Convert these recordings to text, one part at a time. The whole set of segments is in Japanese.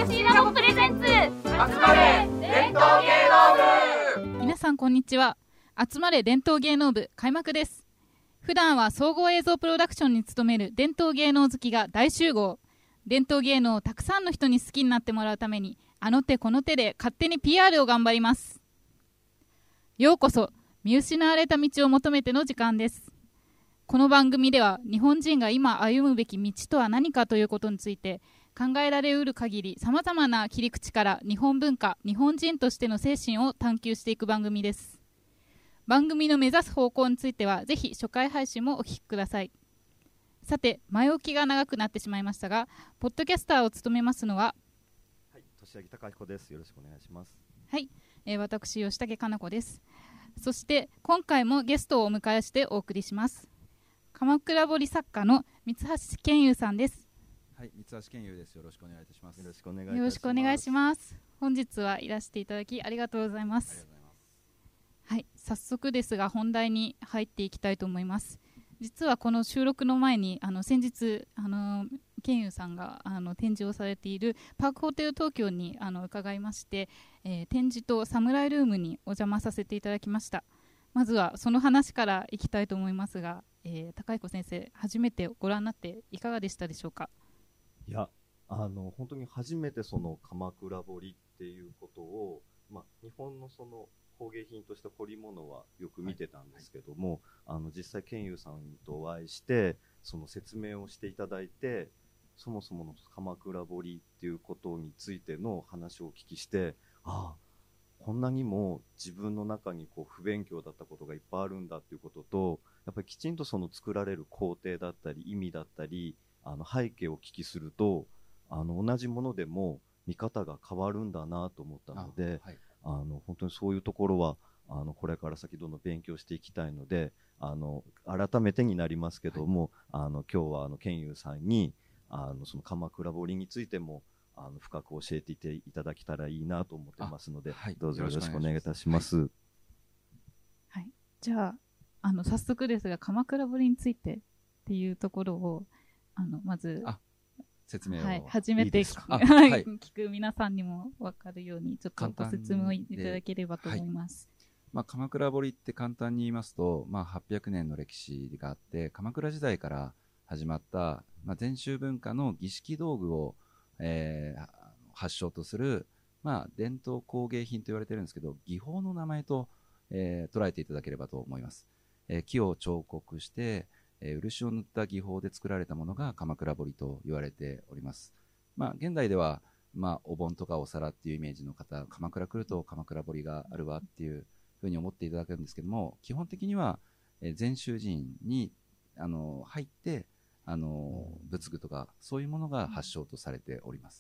MC ラボプレゼンツ集まれ伝統芸能部。 皆さんこんにちは。集まれ伝統芸能部開幕です。普段は総合映像プロダクションに勤める伝統芸能好きが大集合。伝統芸能をたくさんの人に好きになってもらうために、あの手この手で勝手に PR を頑張ります。ようこそ見失われた道を求めての時間です。この番組では日本人が今歩むべき道とは何かということについて、考えられうる限りさまざまな切り口から日本文化、日本人としての精神を探求していく番組です。番組の目指す方向についてはぜひ初回配信もお聞きください。さて、前置きが長くなってしまいましたが、ポッドキャスターを務めますのは、 はい、年明貴彦です。よろしくお願いします。 はい、私吉武かな子です。そして今回もゲストをお迎えしてお送りします。鎌倉彫作家の三橋健雄さんです。 はい、三橋健雄です。よろしくお願いいたします。 よろしくお願いいたします。 よろしくお願いします。本日はいらしていただきありがとうございます。はい、早速ですが本題に入っていきたいと思います。実はこの収録の前に先日健雄さんが展示をされているパークホテル東京に伺いまして、展示とサムライルームにお邪魔させていただきました。まずはその話からいきたいと思いますが、高彦先生、初めてご覧になっていかがでしたでしょうか？ いや、本当に初めてその鎌倉彫っていうことを、日本のその工芸品として彫り物はよく見てたんですけども、実際健雄さんとお会いしてその説明をしていただいて、そもそもの鎌倉彫っていうことについての話をお聞きして、こんなにも自分の中に不勉強だったことがいっぱいあるんだっていうことと、やっぱりきちんとその作られる工程だったり意味だったり背景をお聞きすると、同じものでも見方が変わるんだなと思ったので、本当にそういうところはこれから先どんどん勉強していきたいので、改めてになりますけども、今日は健雄さんにその鎌倉彫についても深く教えていただけたらいいなと思ってますので、どうぞよろしくお願いいたします。 はい、じゃあ早速ですが、鎌倉彫についてっていうところをまず説明を、 初めて聞く皆さんにも分かるようにちょっとご説明をいただければと思います。 鎌倉彫って簡単に言いますと、800年の歴史があって、鎌倉時代から始まった、禅宗文化の儀式道具を、発祥とする、伝統工芸品と言われてるんですけど、技法の名前と、捉えていただければと思います。木を彫刻して漆を塗った技法で作られたものが鎌倉彫と言われております。現代では、お盆とかお皿っていうイメージの方、鎌倉来ると鎌倉彫があるわっていうふうに思っていただけるんですけども、基本的には禅宗寺院に入って仏具とかそういうものが発祥とされております。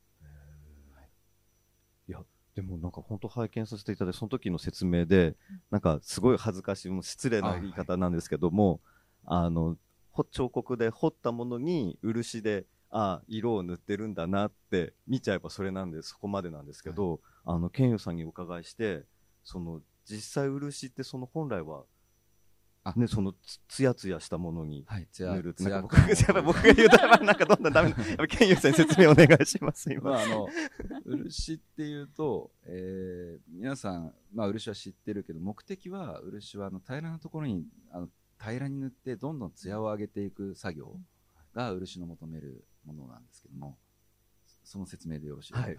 いやでもなんか本当拝見させていただいて、その時の説明でなんかすごい恥ずかしい、もう失礼な言い方なんですけども、彫刻で彫ったものに漆で色を塗ってるんだなって見ちゃえばそれなんで、そこまでなんですけど、健雄さんにお伺いして、その実際漆ってその本来はそのツヤツヤしたものに塗るって、僕が言うとなんかどんどんダメな健雄さんに説明お願いします。 漆っていうと、皆さん、漆は知ってるけど、目的は漆は平らなところに平らに塗ってどんどん艶を上げていく作業が漆の求めるものなんですけども、その説明でよろしいですか？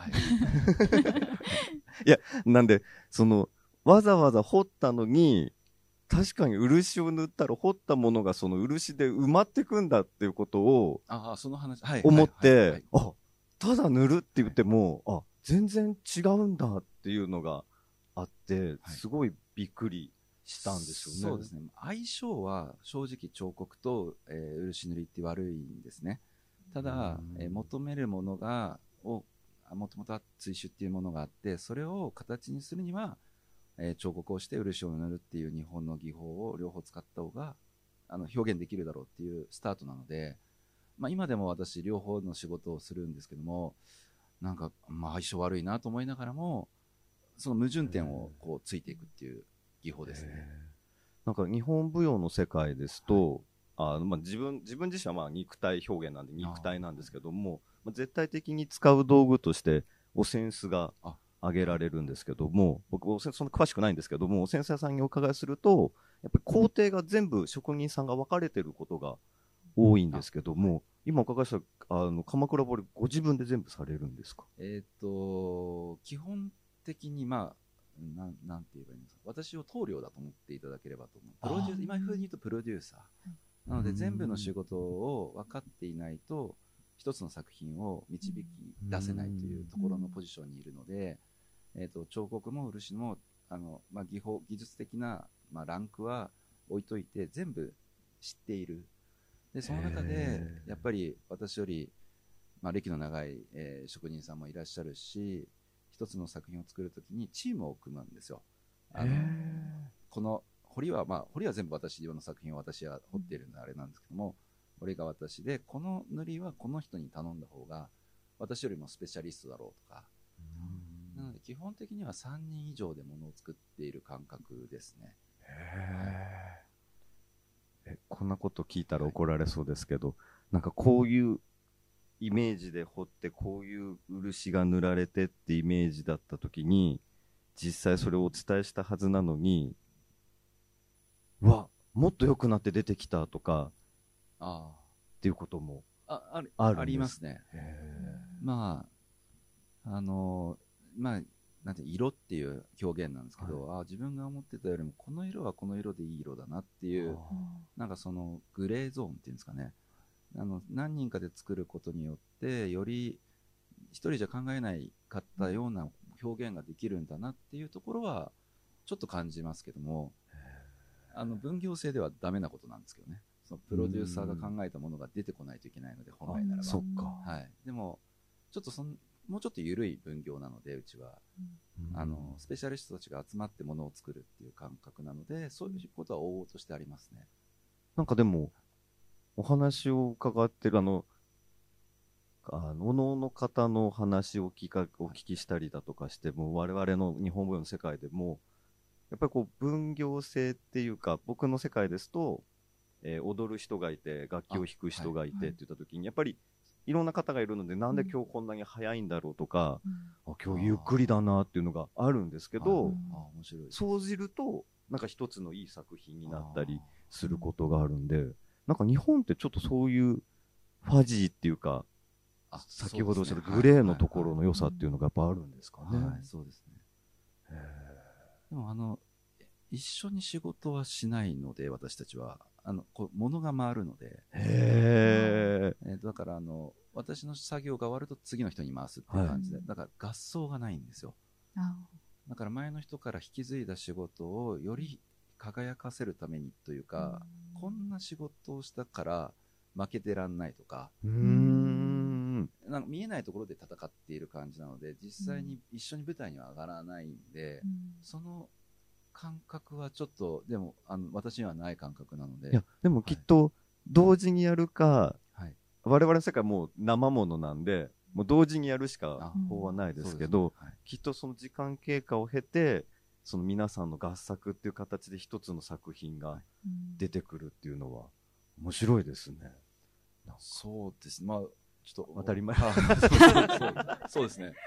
いや、なんでそのわざわざ彫ったのに、確かに漆を塗ったら彫ったものがその漆で埋まってくんだっていうことを思って、ただ塗るって言っても全然違うんだっていうのがあって、すごいびっくりしたんですよね。 そうですね。相性は正直彫刻と、漆塗りって悪いんですね。ただ、求めるものがもともとは追朱っていうものがあって、それを形にするには彫刻をして漆を塗るっていう日本の技法を両方使った方が表現できるだろうっていうスタートなので、今でも私両方の仕事をするんですけども、なんか相性悪いなと思いながらも、その矛盾点をついていくっていう技法ですね。 なんか日本舞踊の世界ですと、自分自身は肉体表現なんで肉体なんですけども、 絶対的に使う道具としてお扇子があ挙げられるんですけども、僕お扇子そんな詳しくないんですけども、お扇子屋さんにお伺いするとやっぱり工程が全部職人さんが分かれてることが多いんですけども、今お伺いした鎌倉彫りご自分で全部されるんですか？ 基本的になんて言えばいいんですか、私を棟梁だと思っていただければと思う。今風に言うとプロデューサー、なので全部の仕事を分かっていないと一つの作品を導き出せないというところのポジションにいるので、彫刻も漆も技術的な、ランクは置いといて全部知っている。でその中でやっぱり私より、歴の長い、職人さんもいらっしゃるし、一つの作品を作るときにチームを組むんですよ。この彫りは全部私の作品を私は彫っているのであれなんですけども、彫りが私で、この塗りはこの人に頼んだ方が私よりもスペシャリストだろうとか、なので基本的には3人以上でものを作っている感覚ですね。 こんなこと聞いたら怒られそうですけど、なんかこういうイメージで彫ってこういう漆が塗られてってイメージだった時に実際それをお伝えしたはずなのに、もっと良くなって出てきたとかっていうこともあるんです。 ありますね。なんて色っていう表現なんですけど、自分が思ってたよりもこの色はこの色でいい色だなっていう、なんかそのグレーゾーンっていうんですかね、何人かで作ることによってより一人じゃ考えないかったような表現ができるんだなっていうところはちょっと感じますけども、分業制ではダメなことなんですけどね。そのプロデューサーが考えたものが出てこないといけないので、本来ならば。 そっか。 はい。でもちょっともうちょっと緩い分業なので、うちは、スペシャリストたちが集まってものを作るっていう感覚なので、そういうことは往々としてありますね。 なんかでもお話を伺ってるおのの方の話をお聞きしたりだとかしても、我々の日本舞踊の世界でもやっぱりこう分業制っていうか、僕の世界ですと、踊る人がいて楽器を弾く人がいてって言った時に、やっぱりいろんな方がいるので、なんで今日こんなに早いんだろうとか、今日ゆっくりだなっていうのがあるんですけど、 面白い。 そうするとなんか一つのいい作品になったりすることがあるんで、なんか日本ってちょっとそういうファジーっていうか、先ほどおっしゃったグレーのところの良さっていうのがやっぱあるんですかね。 そうですね。でも一緒に仕事はしないので、私たちは物が回るので、だから私の作業が終わると次の人に回すっていう感じで、だから合奏がないんですよ。だから前の人から引き継いだ仕事をより輝かせるためにというか、こんな仕事をしたから負けてらんないとか、なんか見えないところで戦っている感じなので、実際に一緒に舞台には上がらないんで、その感覚はちょっとでも私にはない感覚なので。 いやでもきっと同時にやるか、我々の世界もう生ものなんで、もう同時にやるしか方はないですけど、きっとその時間経過を経て、その皆さんの合作っていう形で一つの作品が出てくるっていうのは面白いですね。 そうですね。ちょっと当たり前。 そうですね。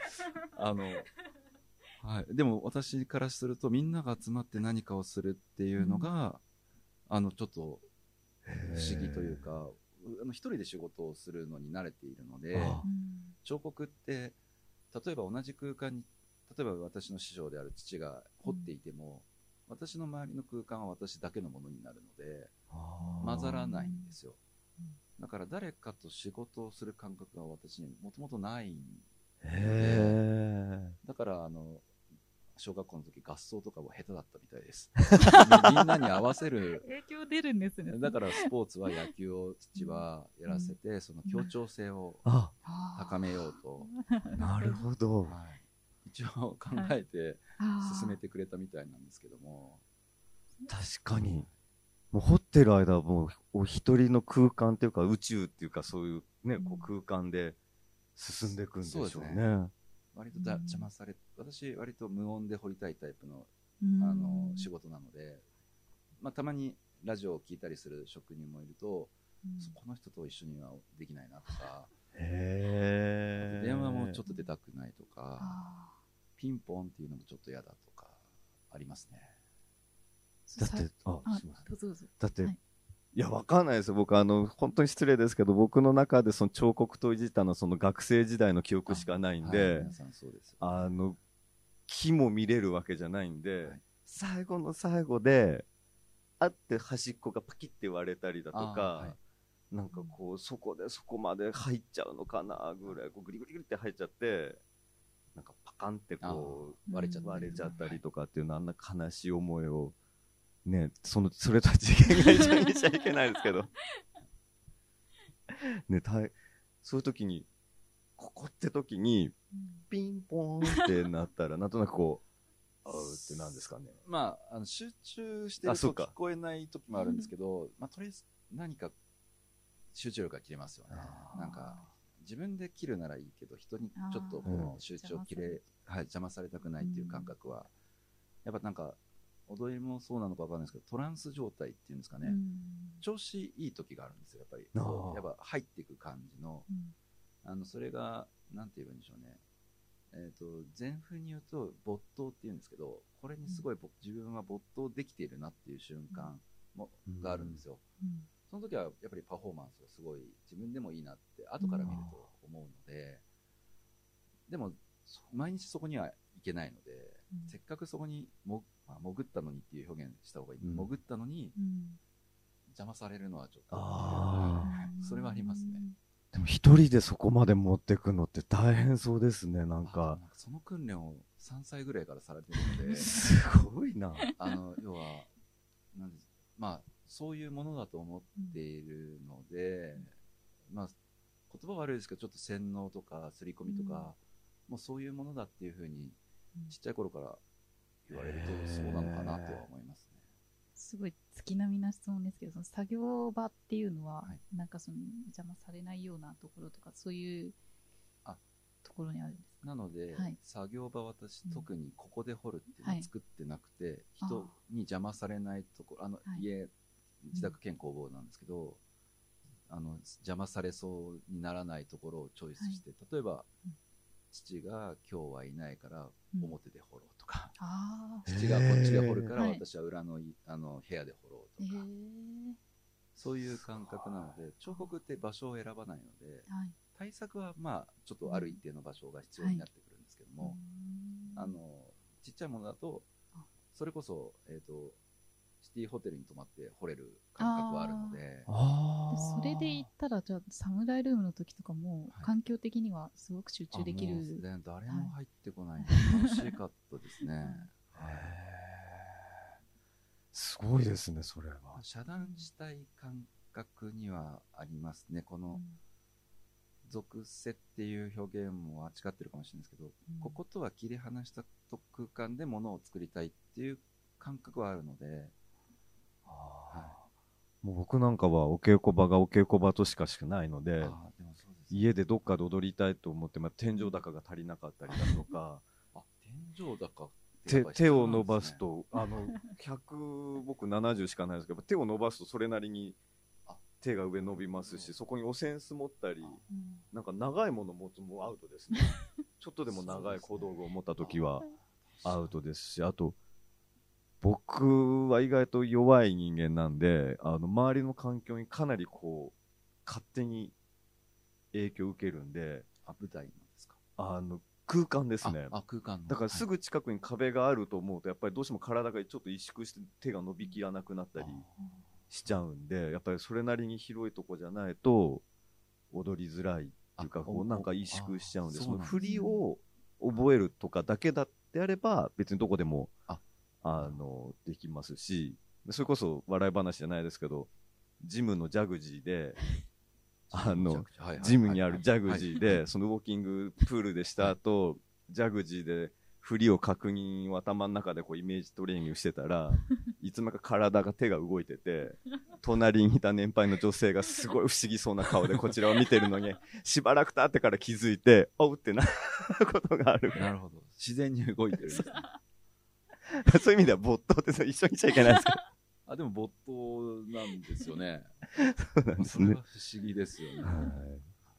でも私からすると、みんなが集まって何かをするっていうのが、ちょっと不思議というか、一人で仕事をするのに慣れているので、彫刻って例えば同じ空間に、例えば私の師匠である父が彫っていても、私の周りの空間は私だけのものになるので混ざらないんですよ。だから誰かと仕事をする感覚が私にもともとないんで、だから小学校の時合奏とかは下手だったみたいです。みんなに合わせる影響出るんですね。 だからスポーツは野球を父はやらせて、その協調性を高めようと。 なるほど。 一応考えて進めてくれたみたいなんですけども。 確かに。もう彫ってる間はもうお一人の空間っていうか宇宙っていうか、そういうね、こう空間で進んでいくんでしょうね。 割と邪魔され、私割と無音で彫りたいタイプの仕事なので、たまにラジオを聞いたりする職人もいると、この人と一緒にはできないなとか、 へー。 電話もちょっと出たくないとか、 あピンポンっていうのもちょっと嫌だとかありますね。 ーだって、すあみません。 どうぞどうぞ。 だって、 はいいや、わかんないですよ。僕、本当に失礼ですけど、僕の中でその彫刻刀いじったのはその学生時代の記憶しかないんはい、 で、 皆さんそうですよ。 木も見れるわけじゃないんで、 はい最後の最後で、あって端っこがパキッて割れたりだとか、 はい、 なんかこう、そこでそこまで入っちゃうのかなぐらい、こうグリグリグリって入っちゃって、なんかパカンってこう、 割れちゃった割れちゃったりとかっていうの、あんな悲しい思いを、ね、それとは次元が一緒にしちゃいけないですけど、ね、そういう時に、ここって時に、ピンポーンってなったら、なんとなくこう、あうってなんですかね。 まあ、集中してると聞こえない時もあるんですけど、まあ、とりあえず何か集中力が切れますよね。なんか、自分で切るならいいけど、人にちょっとこう集中を邪魔されたくないっていう感覚は、やっぱなんか、踊りもそうなのかわかんないですけど、トランス状態っていうんですかね、調子いい時があるんですよ、やっぱり。やっぱ入っていく感じの、それが、なんて言えばいいんでしょうね。前風に言うと没頭っていうんですけど、これにすごい自分は没頭できているなっていう瞬間があるんですよ。その時はやっぱりパフォーマンスがすごい自分でもいいなって後から見ると思うので、でも毎日そこには行けないので、せっかくそこに潜ったのにっていう表現した方がいい、潜ったのに邪魔されるのはちょっと、それはありますね。 でも一人でそこまで持ってくのって大変そうですね、なんか。 その訓練を3歳ぐらいからされてるので。 すごいな。 要は、まあ、そういうものだと思っているので、まあ、言葉悪いですけど、ちょっと洗脳とか、刷り込みとか、もうそういうものだっていうふうに、ちっちゃい頃から言われると、そうなのかなとは思いますね。 すごい月並みな質問ですけど、その作業場っていうのは、なんかその邪魔されないようなところとか、そういうところにあるんですか？ なので、作業場私、特にここで掘るっていうのは作ってなくて、人に邪魔されないところ、自宅兼工房なんですけど、邪魔されそうにならないところをチョイスして、例えば、父が今日はいないから表で掘ろうとか、父がこっちで掘るから私は裏の部屋で掘ろうとか、そういう感覚なので、彫刻って場所を選ばないので、対策はまあちょっとある一定の場所が必要になってくるんですけども、ちっちゃいものだと、それこそ、シティホテルに泊まって掘れる感覚はあるので、 それで言ったら、じゃあサムライルームの時とかも環境的にはすごく集中できる。 誰も入ってこないので楽しかったですね。 すごいですね、それは。 遮断したい感覚にはありますね。この属性っていう表現も間違ってるかもしれないですけど、こことは切り離した空間で物を作りたいっていう感覚はあるので、 もう僕なんかはお稽古場がお稽古場としかないので、家でどっかで踊りたいと思って、天井高が足りなかったりだとか、 天井高手を伸ばすと、僕70しかないですけど、手を伸ばすとそれなりに手が上伸びますし、そこにお扇子持ったり、なんか長いもの持つもアウトですね。ちょっとでも長い小道具を持ったときはアウトですし、あと、僕は意外と弱い人間なんで、周りの環境にかなりこう、勝手に影響を受けるんで、 舞台なんですか？ 空間ですね。 空間。 だからすぐ近くに壁があると思うと、やっぱりどうしても体がちょっと萎縮して手が伸びきらなくなったりしちゃうんで、やっぱりそれなりに広いとこじゃないと踊りづらいっていうか、こうなんか萎縮しちゃうんで、その振りを覚えるとかだけだってあれば、別にどこでもできますし、それこそ笑い話じゃないですけど、ジムのジャグジーで、ジムにあるジャグジーで、そのウォーキングプールでした後、ジャグジーで振りを確認を頭の中でこうイメージトレーニングしてたら、いつまか手が動いてて、隣にいた年配の女性がすごい不思議そうな顔でこちらを見てるのに、しばらく経ってから気づいて、おうってなることがある。 なるほど。自然に動いてるんですね。 そういう意味では没頭って一緒にしちゃいけないですか？ でも没頭なんですよね。 そうなんですね。 それは不思議ですよね。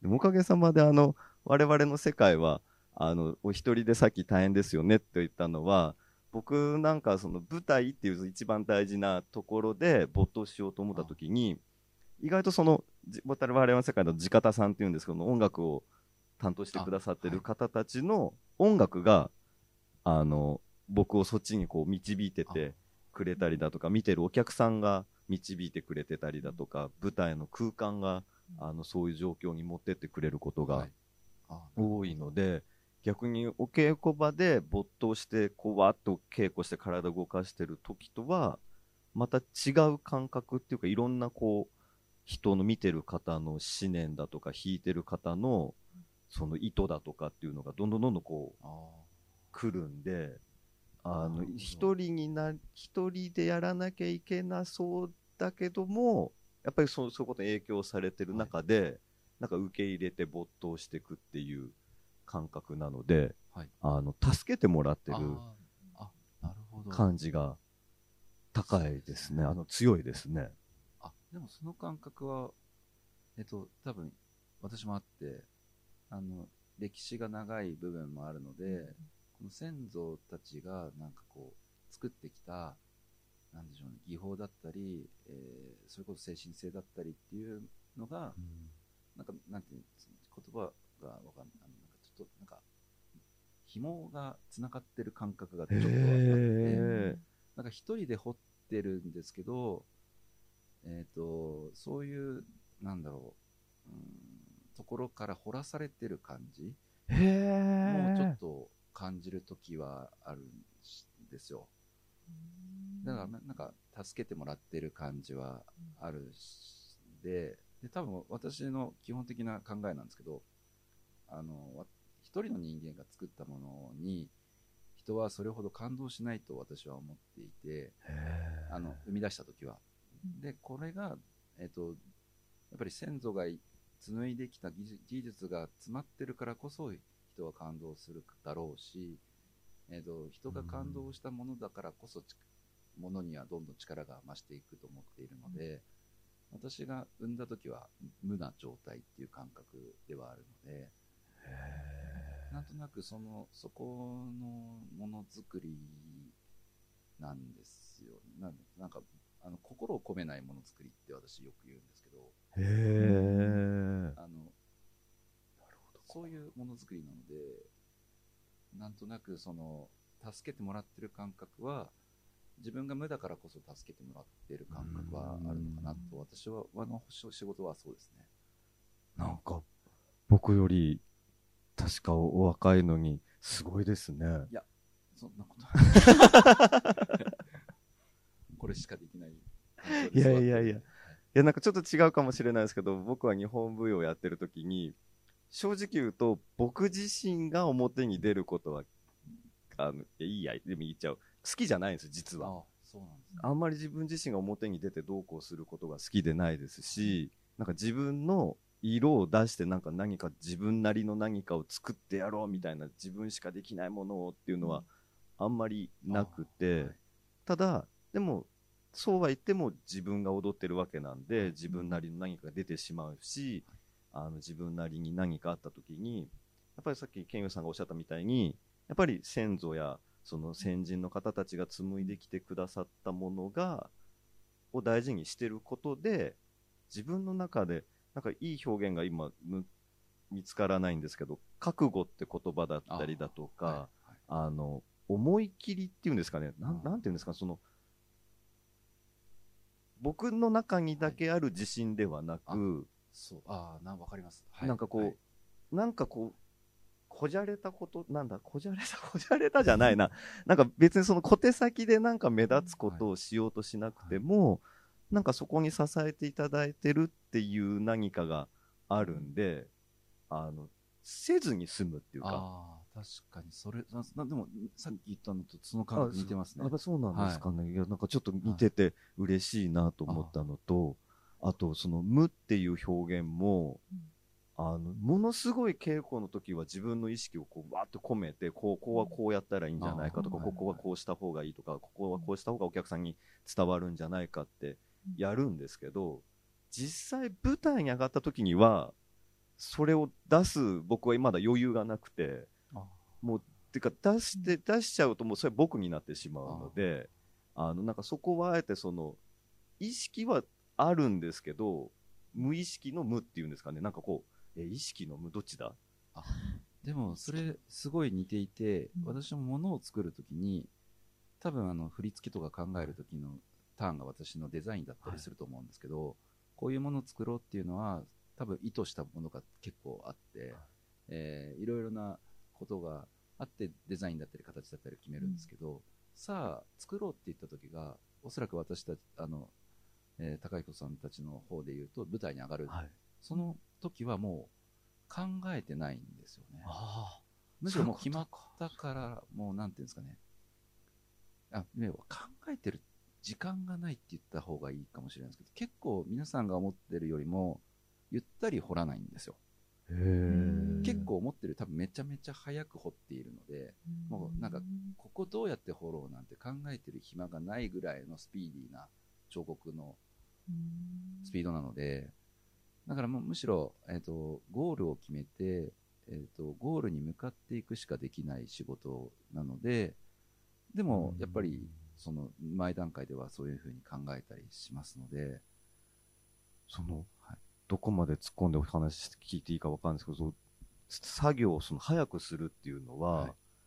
でもおかげさまで我々の世界は、お一人でさっき大変ですよねって言ったのは、僕なんかその舞台っていう一番大事なところで没頭しようと思った時に、意外と我々の世界の地方さんっていうんですけど、音楽を担当してくださってる方たちの音楽が、僕をそっちにこう導いててくれたりだとか、見てるお客さんが導いてくれてたりだとか、舞台の空間がそういう状況に持ってってくれることが多いので、逆にお稽古場で没頭してこうわっと稽古して体を動かしてる時とはまた違う感覚っていうか、いろんなこう人の見てる方の思念だとか弾いてる方のその意図だとかっていうのがどんどんこう来るんで、一人でやらなきゃいけなそうだけども、やっぱりそういうことに影響されてる中で、なんか受け入れて没頭していくっていう感覚なので、助けてもらってる感じが高いですね。強いですね。 でもその感覚は、多分私もあって、歴史が長い部分もあるので、この先祖たちがなんかこう作ってきた、なんでしょうね、技法だったり、それこそ精神性だったりっていうのが、なんていう言葉がわかんない、ちょっとなんか紐がつながってる感覚がちょっとあって、なんか一人で彫ってるんですけど、そういうなんだろう、ところから彫らされてる感じもうちょっと感じるときはあるんですよ。だからなんか助けてもらってる感じはあるし、で多分私の基本的な考えなんですけど、一人の人間が作ったものに人はそれほど感動しないと私は思っていて、生み出したときは。でこれが、やっぱり先祖が紡いできた技術が詰まってるからこそ人は感動するだろうし、人が感動したものだからこそものにはどんどん力が増していくと思っているので、私が産んだ時は無な状態っていう感覚ではあるので、なんとなくそこのものづくりなんですよ。なんか心を込めないものづくりって私よく言うんですけど、そういうものづくりなので、なんとなく助けてもらってる感覚は自分が無だからこそ助けてもらってる感覚はあるのかなと、私は仕事はそうですね。 なんか僕より確かお若いのにすごいですね。 いや、そんなことこれしかできない。 いやなんかちょっと違うかもしれないですけど、僕は日本舞踊をやってる時に正直言うと僕自身が表に出ることはでも言っちゃう、好きじゃないんです実は。 そうなんですね。 あんまり自分自身が表に出てどうこうすることが好きでないですし、なんか自分の色を出して何か自分なりの何かを作ってやろうみたいな、自分しかできないものをっていうのはあんまりなくて、ただでもそうは言っても自分が踊ってるわけなんで、自分なりの何かが出てしまうし、自分なりに何かあった時に、やっぱりさっき健佑さんがおっしゃったみたいに、やっぱり先祖やその先人の方たちが紡いできてくださったものを大事にしてることで、自分の中でなんかいい表現が今見つからないんですけど、覚悟って言葉だったりだとか、思い切りっていうんですかね、なんていうんですか、僕の中にだけある自信ではなく、 わかります。 なんかこうこじゃれたこと、こじゃれたじゃないな。なんか別に小手先でなんか目立つことをしようとしなくても、なんかそこに支えていただいてるっていう何かがあるんで、せずに済むっていうか。 確かにそれ、でもさっき言ったのとその感覚似てますね。 やっぱそうなんですかね。いや、なんかちょっと見てて嬉しいなと思ったのと、あと無っていう表現も、ものすごい稽古の時は自分の意識をこうわーっと込めて、ここはこうやったらいいんじゃないかとか、ここはこうした方がいいとか、ここはこうした方がお客さんに伝わるんじゃないかってやるんですけど、実際舞台に上がった時にはそれを出す僕はまだ余裕がなくて、もうてか出しちゃうともうそれは僕になってしまうので、なんかそこはあえてその意識はあるんですけど、無意識の無っていうんですかね、なんかこう意識の無どっちだ？ でもそれすごい似ていて、私も物を作るときに多分振り付けとか考えるときのターンが私のデザインだったりすると思うんですけど、こういうものを作ろうっていうのは多分意図したものが結構あって、いろいろなことがあってデザインだったり形だったり決めるんですけど、さあ作ろうって言った時がおそらく私たち高彦さんたちの方で言うと舞台に上がる、その時はもう考えてないんですよね。むしろもう決まったからもうなんていうんですかね、要は考えてる時間がないって言った方がいいかもしれないですけど、結構皆さんが思ってるよりもゆったり掘らないんですよ。結構思ってる多分めちゃめちゃ早く掘っているので、もうなんかここどうやって掘ろうなんて考えてる暇がないぐらいのスピーディーな彫刻のスピードなので、だからもうむしろ、ゴールを決めて、ゴールに向かっていくしかできない仕事なので、でもやっぱりその前段階ではそういうふうに考えたりしますので、 どこまで突っ込んでお話聞いていいか分かるんですけど、作業を早くするっていうのは、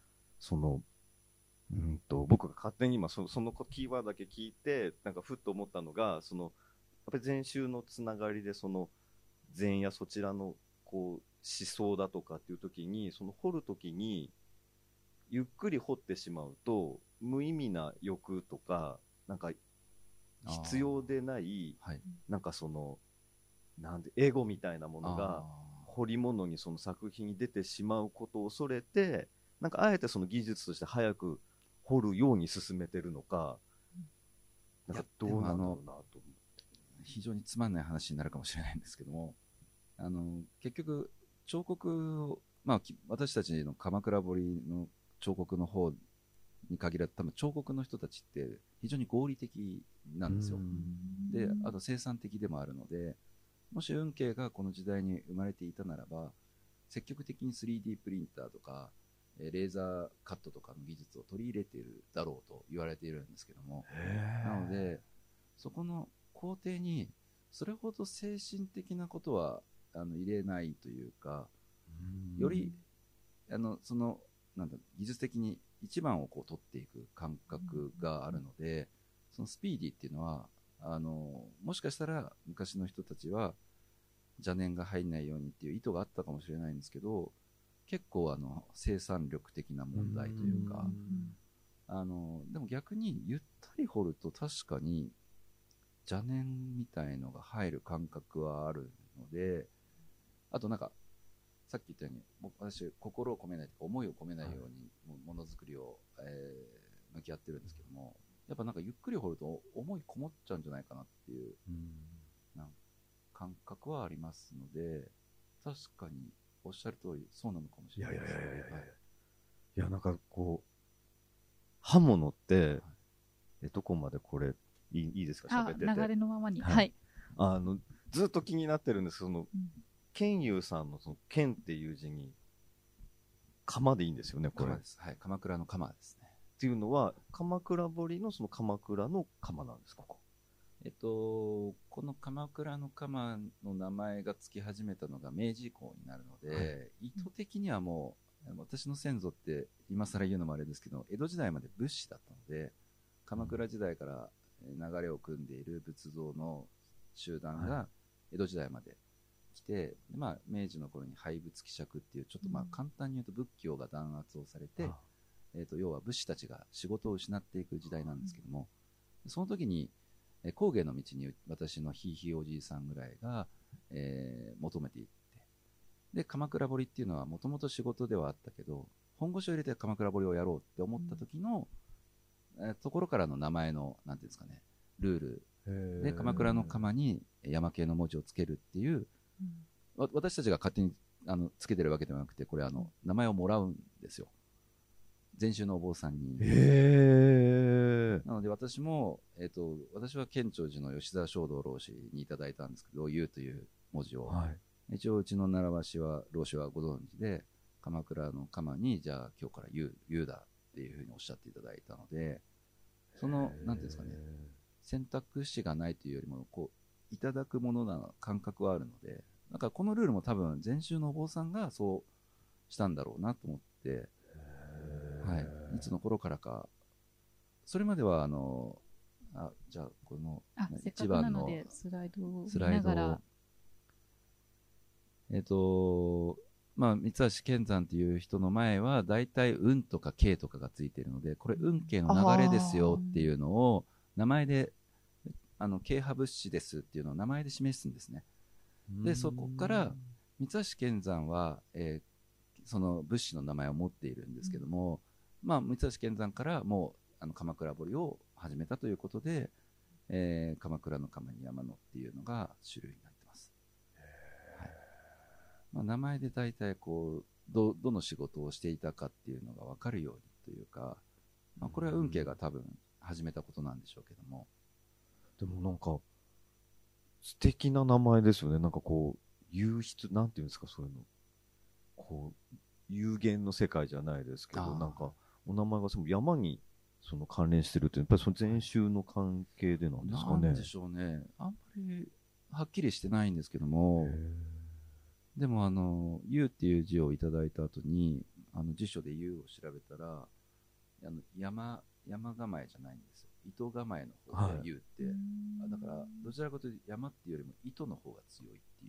僕が勝手に今そのキーワードだけ聞いてなんかふっと思ったのが、やっぱり禅宗のつながりで禅やそちらのこう思想だとかっていう時に掘る時にゆっくり掘ってしまうと無意味な欲とかなんか必要でない、なんかなんでエゴみたいなものが彫り物に作品に出てしまうことを恐れて、なんかあえて技術として早く彫るように進めてるのか、なんかどうなんだろうなと思って。 非常につまんない話になるかもしれないんですけども、結局彫刻を、私たちの鎌倉彫りの彫刻の方に限らず多分彫刻の人たちって非常に合理的なんですよ。で、あと生産的でもあるので、もし運慶がこの時代に生まれていたならば積極的に 3D プリンターとかレーザーカットとかの技術を取り入れているだろうと言われているんですけども、なのでそこの工程にそれほど精神的なことは入れないというか、よりなんだ技術的に一番をこう取っていく感覚があるので、そのスピーディーっていうのはもしかしたら昔の人たちは邪念が入んないようにっていう意図があったかもしれないんですけど、結構生産力的な問題というか、でも逆にゆったり掘ると確かに邪念みたいのが入る感覚はあるので、あとなんかさっき言ったように私心を込めないとか思いを込めないようにものづくりを、向き合ってるんですけども、やっぱなんかゆっくり掘ると思いこもっちゃうんじゃないかなっていう、なん感覚はありますので、確かにおっしゃる通りそうなのかもしれないですね。 いやなんかこう刃物って、どこまでこれいいですか、喋ってて流れのままに、 ずっと気になってるんですけど、剣友さんの剣っていう字に鎌でいいんですよね、これ。 鎌です。はい、鎌倉の鎌ですね。 っていうのは鎌倉彫りの鎌倉の鎌なんですか？ この鎌倉の鎌の名前がつき始めたのが明治以降になるので、意図的にはもう私の先祖って今更言うのもあれですけど、江戸時代まで仏師だったので、鎌倉時代から流れを組んでいる仏像の集団が江戸時代まで来て、明治の頃に廃仏毀釈っていうちょっと簡単に言うと仏教が弾圧をされて、要は仏師たちが仕事を失っていく時代なんですけども、その時に工芸の道に私のひいひいおじいさんぐらいが、求めていって、で鎌倉彫りっていうのはもともと仕事ではあったけど本腰を入れて鎌倉彫りをやろうって思った時の、ところからの名前のなんていうんですかね、ルールで鎌倉の鎌に山系の文字をつけるっていう、私たちが勝手につけてるわけではなくて、これ名前をもらうんですよ、禅宗のお坊さんに。なので私も、私は建長寺の吉沢正道老師にいただいたんですけど、「ゆう」という文字を、 一応うちの習わしは老子はご存知で、鎌倉の鎌にじゃあ今日から言うだっていうふうにおっしゃっていただいたので、そのなんていうんですかね、選択肢がないというよりもこういただくものな感覚はあるので、だからこのルールも多分禅宗のお坊さんがそうしたんだろうなと思って、はい、いつの頃からか。それまではじゃあこのせっかくなのでスライドを見ながら、 まあ、三橋健山っていう人の前は大体運とか慶とかがついているので、これ運慶の流れですよっていうのを名前で慶派物資ですっていうのを名前で示すんですね。でそこから三橋健山は、その物資の名前を持っているんですけども、まあ、三橋健山からもう鎌倉彫を始めたということで、鎌倉の鎌に山のっていうのが種類になってます。はい、まあ、名前で大体こうどの仕事をしていたかっていうのが分かるようにというか、まあ、これは運慶が多分始めたことなんでしょうけども。 でもなんか素敵な名前ですよね。なんかこう有筆なんていうんですか、そういうのこう有限の世界じゃないですけど、なんかお名前がその山にその関連してるって、やっぱりその禅宗の関係でなんですかね。 なんでしょうね。あんまりはっきりしてないんですけども、でも湯っていう字をいただいた後に辞書で湯を調べたら山構えじゃないんですよ。糸構えの方で湯って、だからどちらかというと山っていうよりも糸の方が強いっていう。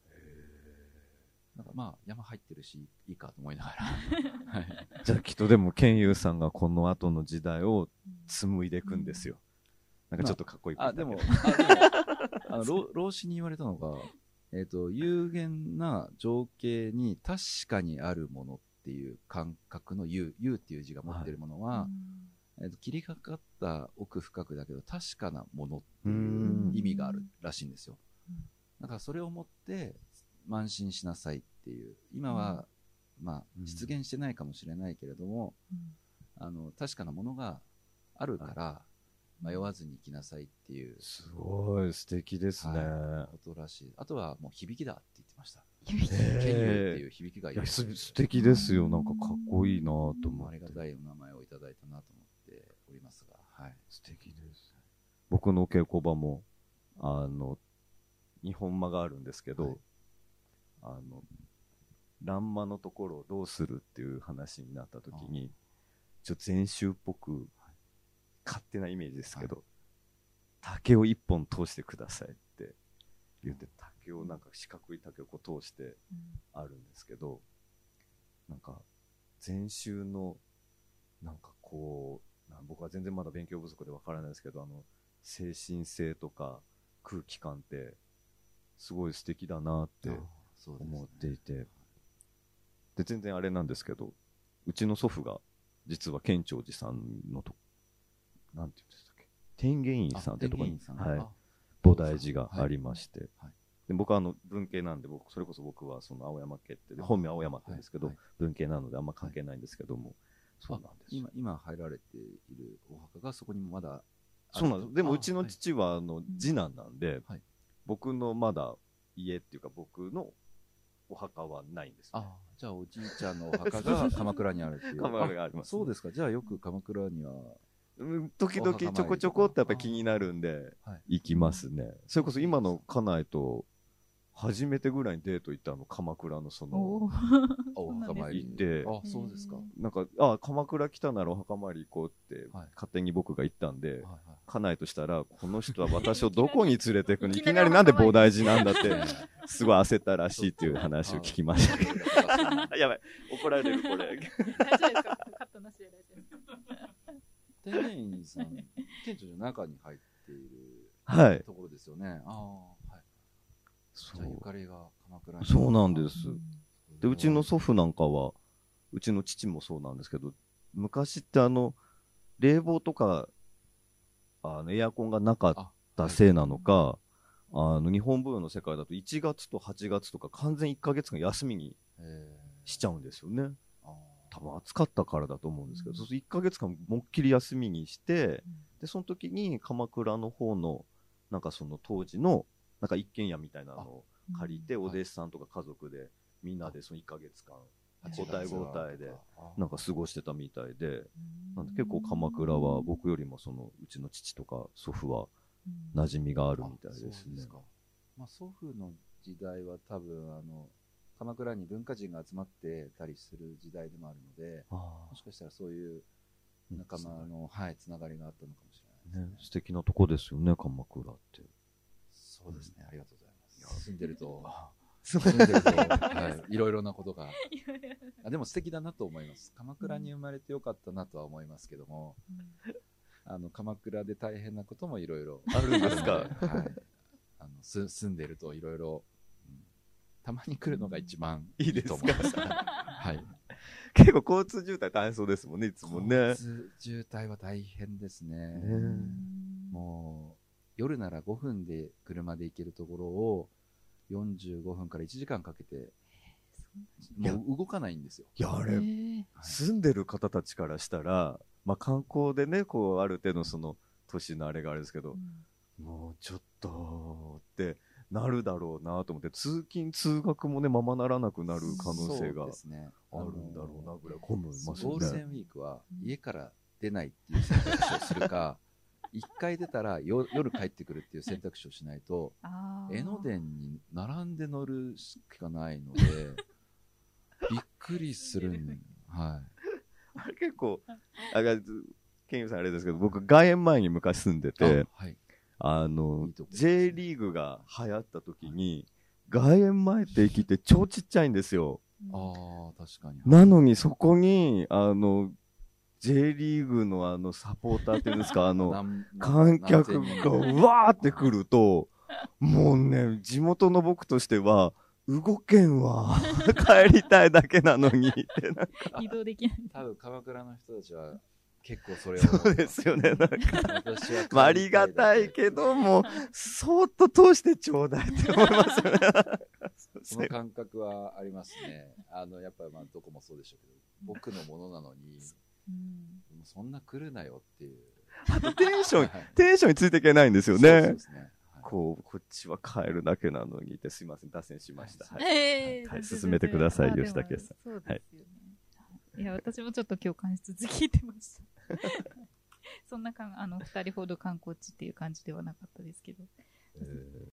なんかまあ山入ってるしいいかと思いながら、はい、 じゃあきっとでも健佑さんがこの後の時代を紡いでいくんですよ。なんかちょっとかっこいい、 まあ、でも老子に言われたのが、有限な情景に確かにあるものっていう感覚の有っていう字が持っているものは、切りかかった奥深くだけど確かなものっていう意味があるらしいんですよ。だからそれをもって慢心しなさいっていう、今は、まあ、実現してないかもしれないけれども、確かなものがあるから迷わずに生きなさいっていう、 すごい素敵ですね、 ことらしい。あとはもう響きだって言ってました。 響き、 ケンユっていう響きがいい。 素敵ですよ。なんかかっこいいなと思って、 ありがたいお名前をいただいたなと思っておりますが、はい、 素敵です。僕の稽古場も日本間があるんですけど、欄間のところをどうするっていう話になった時に、ちょっと禅宗っぽく、勝手なイメージですけど、竹を一本通してくださいって言って、竹をなんか四角い竹をこう通してあるんですけど、なんか禅宗のなんかこう、僕は全然まだ勉強不足でわからないですけど、精神性とか空気感ってすごい素敵だなって思っていて、で全然あれなんですけど、うちの祖父が実は建長寺さんのなんていうんでしたっけ、天元院さんってところに、菩提寺がありまして、で僕は文系なんで、それこそ僕はその青山家って本名青山って言うんですけど、文系なのであんま関係ないんですけども、そうなんです。 今入られているお墓がそこにもまだ。 そうなんです。でもうちの父は次男なんで、僕のまだ家っていうか僕のお墓はないんです、ね。 じゃあおじいちゃんのお墓が鎌倉にあるっていう。 鎌倉があります、ね。 そうですか。じゃあよく鎌倉には時々ちょこちょこってやっぱり気になるんで行きますね。それこそ今の家内と初めてぐらいにデート行った鎌倉のそのお墓参り行って、 そうですか。 なんか鎌倉来たならお墓参り行こうって勝手に僕が言ったんで、家内としたらこの人は私をどこに連れてくのいきなりなんで菩提寺なんだってすごい焦ったらしいっていう話を聞きましたけどやばい怒られるこれ。 大丈夫ですか？カットなしで大丈夫です。 天元院さん、県庁の中に入っているところですよね。じゃあゆかりが鎌倉に。 そうなんです。でうちの祖父なんかは、うちの父もそうなんですけど、昔って冷房とかエアコンがなかったせいなのか、日本舞踊の世界だと1月と8月とか完全1ヶ月間休みにしちゃうんですよね。多分暑かったからだと思うんですけど、そうすると1ヶ月間もっきり休みにして、でその時に鎌倉の方のなんかその当時のなんか一軒家みたいなのを借りて、お弟子さんとか家族でみんなでその1ヶ月間交代交代でなんか過ごしてたみたいで、なんで結構鎌倉は僕よりもうちの父とか祖父は馴染みがあるみたいですね。 まあ、祖父の時代は多分鎌倉に文化人が集まってたりする時代でもあるので、もしかしたらそういう仲間の、つながりがあったのかもしれないですね。 素敵なとこですよね、鎌倉って。 そうですね、ありがとうございます。住んでるといろいろなことがでも素敵だなと思います。鎌倉に生まれてよかったなとは思いますけども、鎌倉で大変なこともいろいろあるんですか。 住んでるといろいろたまに来るのが一番いいと思います。 結構交通渋滞大変そうですもんね、いつもね。 交通渋滞は大変ですね。もう夜なら5分で車で行けるところを45分から1時間かけてもう動かないんですよ。 いや、あれ、住んでる方たちからしたら、まあ観光でね、こうある程度その都市のあれがあれですけど、もうちょっとってなるだろうなと思って、通勤通学もねままならなくなる可能性があるんだろうなぐらい混むますよね。 ゴールデンウィークは家から出ないっていう選択肢をするか一回出たら夜帰ってくるっていう選択肢をしないと江ノ電に並んで乗るしかないのでびっくりするあれ結構ケンユさんあれですけど、僕外苑前に昔住んでて、J リーグが流行った時に外苑前って駅って超ちっちゃいんですよ。 確かに。 なのにそこにJ リーグのサポーターっていうんですか、観客がうわーって来ると、もうね、地元の僕としては、動けんわ。帰りたいだけなのにってなんか。 移動できない。 多分鎌倉の人たちは結構それを。 そうですよね、なんか。ありがたいけども、そーっと通してちょうだいって思いますよね。 その感覚はありますね。やっぱりどこもそうでしょうけど、僕のものなのに、そんな来るなよっていう。 あとテンションについていけないんですよね。そうですね。こっちは帰るだけなのにって、すいません、脱線しました。進めてください、吉武さん。 そうですよね。いや、私もちょっと共感しつつ聞いてました。そんな2人ほど観光地っていう感じではなかったですけど。